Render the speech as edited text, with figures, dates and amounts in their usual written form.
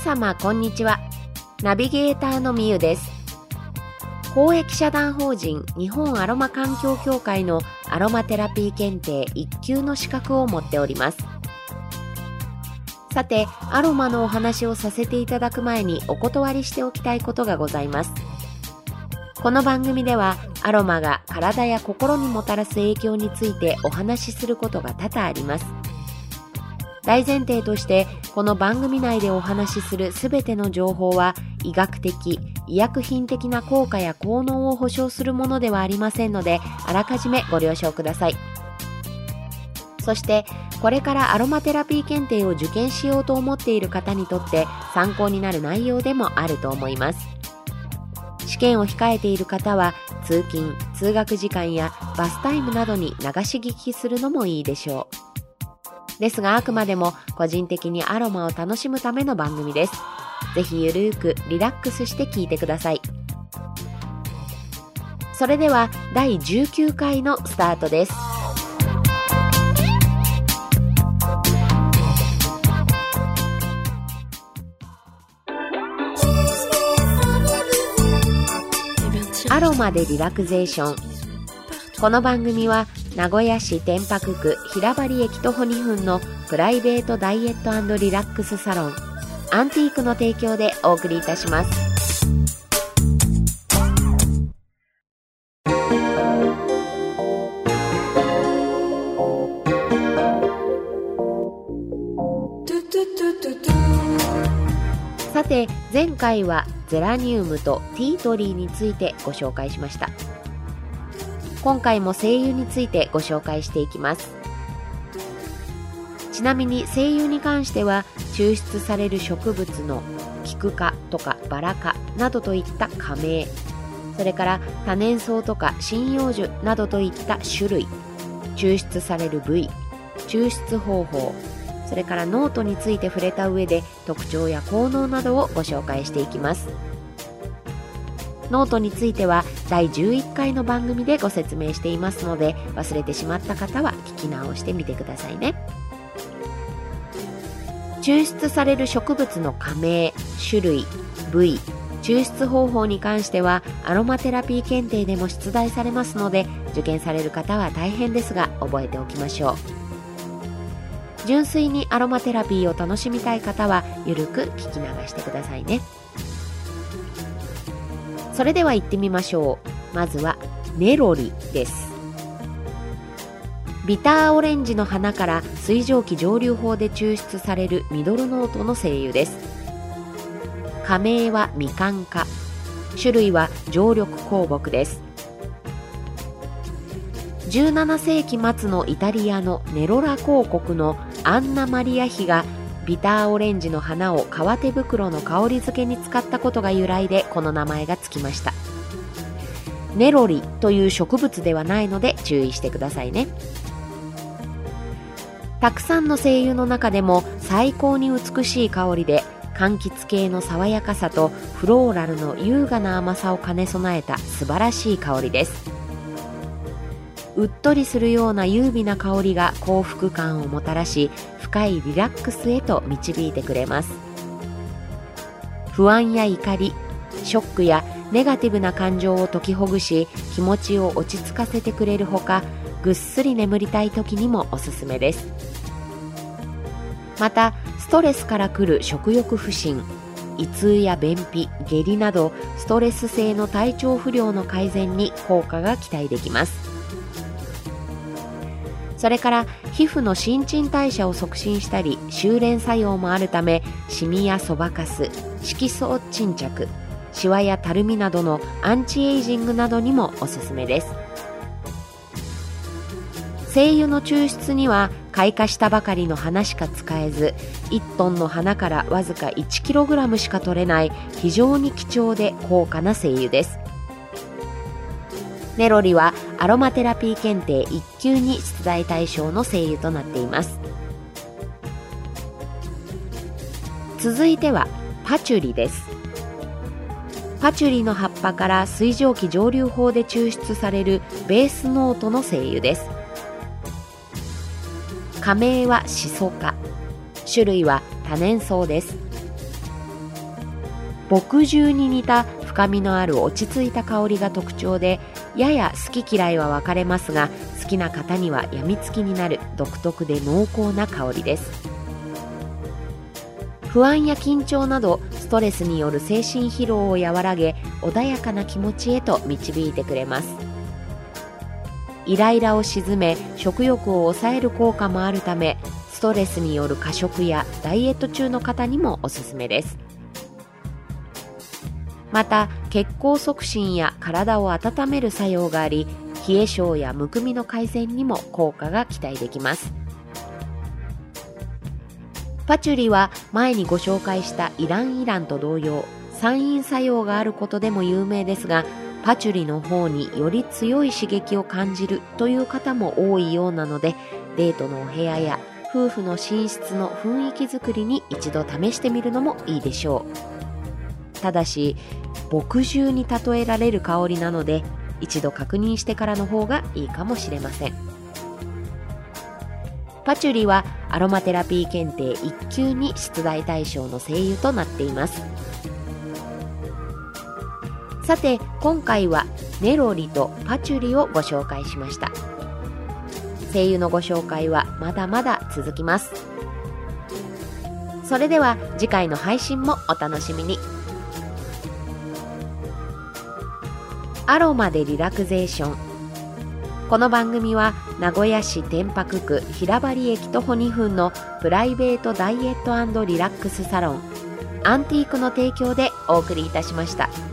皆様こんにちは。ナビゲーターのみゆです。公益社団法人日本アロマ環境協会のアロマテラピー検定1級の資格を持っております。さて、アロマのお話をさせていただく前にお断りしておきたいことがございます。この番組ではアロマが体や心にもたらす影響についてお話しすることが多々あります。大前提としてこの番組内でお話しするすべての情報は医学的、医薬品的な効果や効能を保証するものではありませんので、あらかじめご了承ください。そしてこれからアロマテラピー検定を受験しようと思っている方にとって参考になる内容でもあると思います。試験を控えている方は通勤・通学時間やバスタイムなどに流し聞きするのもいいでしょう。ですが、あくまでも個人的にアロマを楽しむための番組です。ぜひゆるーくリラックスして聞いてください。それでは第19回のスタートです。アロマでリラクゼーション。この番組は名古屋市天白区平針駅徒歩2分のプライベートダイエット&リラックスサロンアンティークの提供でお送りいたします。さて、前回はゼラニウムとティートリーについてご紹介しました。今回も精油についてご紹介していきます。ちなみに精油に関しては抽出される植物のキク科とかバラ科などといった科名、それから多年草とか針葉樹などといった種類、抽出される部位、抽出方法、それからノートについて触れた上で特徴や効能などをご紹介していきます。ノートについては第11回の番組でご説明していますので、忘れてしまった方は聞き直してみてくださいね。抽出される植物の科名、種類、部位、抽出方法に関してはアロマテラピー検定でも出題されますので、受験される方は大変ですが覚えておきましょう。純粋にアロマテラピーを楽しみたい方はゆるく聞き流してくださいね。それでは行ってみましょう。まずはネロリです。ビターオレンジの花から水蒸気蒸留法で抽出されるミドルノートの精油です。科名はミカン科、種類は常緑香木です。17世紀末のイタリアのネロラ公国のアンナ・マリア妃がビターオレンジの花を革手袋の香り付けに使ったことが由来でこの名前がつきました。ネロリという植物ではないので注意してくださいね。たくさんの精油の中でも最高に美しい香りで、柑橘系の爽やかさとフローラルの優雅な甘さを兼ね備えた素晴らしい香りです。うっとりするような優美な香りが幸福感をもたらし、深いリラックスへと導いてくれます。不安や怒り、ショックやネガティブな感情を解きほぐし、気持ちを落ち着かせてくれるほか、ぐっすり眠りたい時にもおすすめです。また、ストレスから来る食欲不振、胃痛や便秘、下痢などストレス性の体調不良の改善に効果が期待できます。それから皮膚の新陳代謝を促進したり修練作用もあるため、シミやそばかす、色素沈着、シワやたるみなどのアンチエイジングなどにもおすすめです。精油の抽出には開花したばかりの花しか使えず、1トンの花からわずか 1kg しか取れない非常に貴重で高価な精油です。ネロリはアロマテラピー検定1級に出題対象の精油となっています。続いてはパチュリです。パチュリの葉っぱから水蒸気蒸留法で抽出されるベースノートの精油です。科名はシソ科、種類は多年草です。 墨汁に似た深みのある落ち着いた香りが特徴で、やや好き嫌いは分かれますが、好きな方には病みつきになる独特で濃厚な香りです。不安や緊張などストレスによる精神疲労を和らげ、穏やかな気持ちへと導いてくれます。イライラを鎮め、食欲を抑える効果もあるため、ストレスによる過食やダイエット中の方にもおすすめです。また、血行促進や体を温める作用があり、冷え性やむくみの改善にも効果が期待できます。パチュリは前にご紹介したイランと同様、酸因作用があることでも有名ですが、パチュリの方により強い刺激を感じるという方も多いようなので、デートのお部屋や夫婦の寝室の雰囲気づくりに一度試してみるのもいいでしょう。ただし、墨汁に例えられる香りなので、一度確認してからの方がいいかもしれません。パチュリはアロマテラピー検定1級に出題対象の精油となっています。さて、今回はネロリとパチュリをご紹介しました。精油のご紹介はまだまだ続きます。それでは次回の配信もお楽しみに。アロマでリラクゼーション。この番組は名古屋市天白区平針駅徒歩2分のプライベートダイエット&リラックスサロンアンティークの提供でお送りいたしました。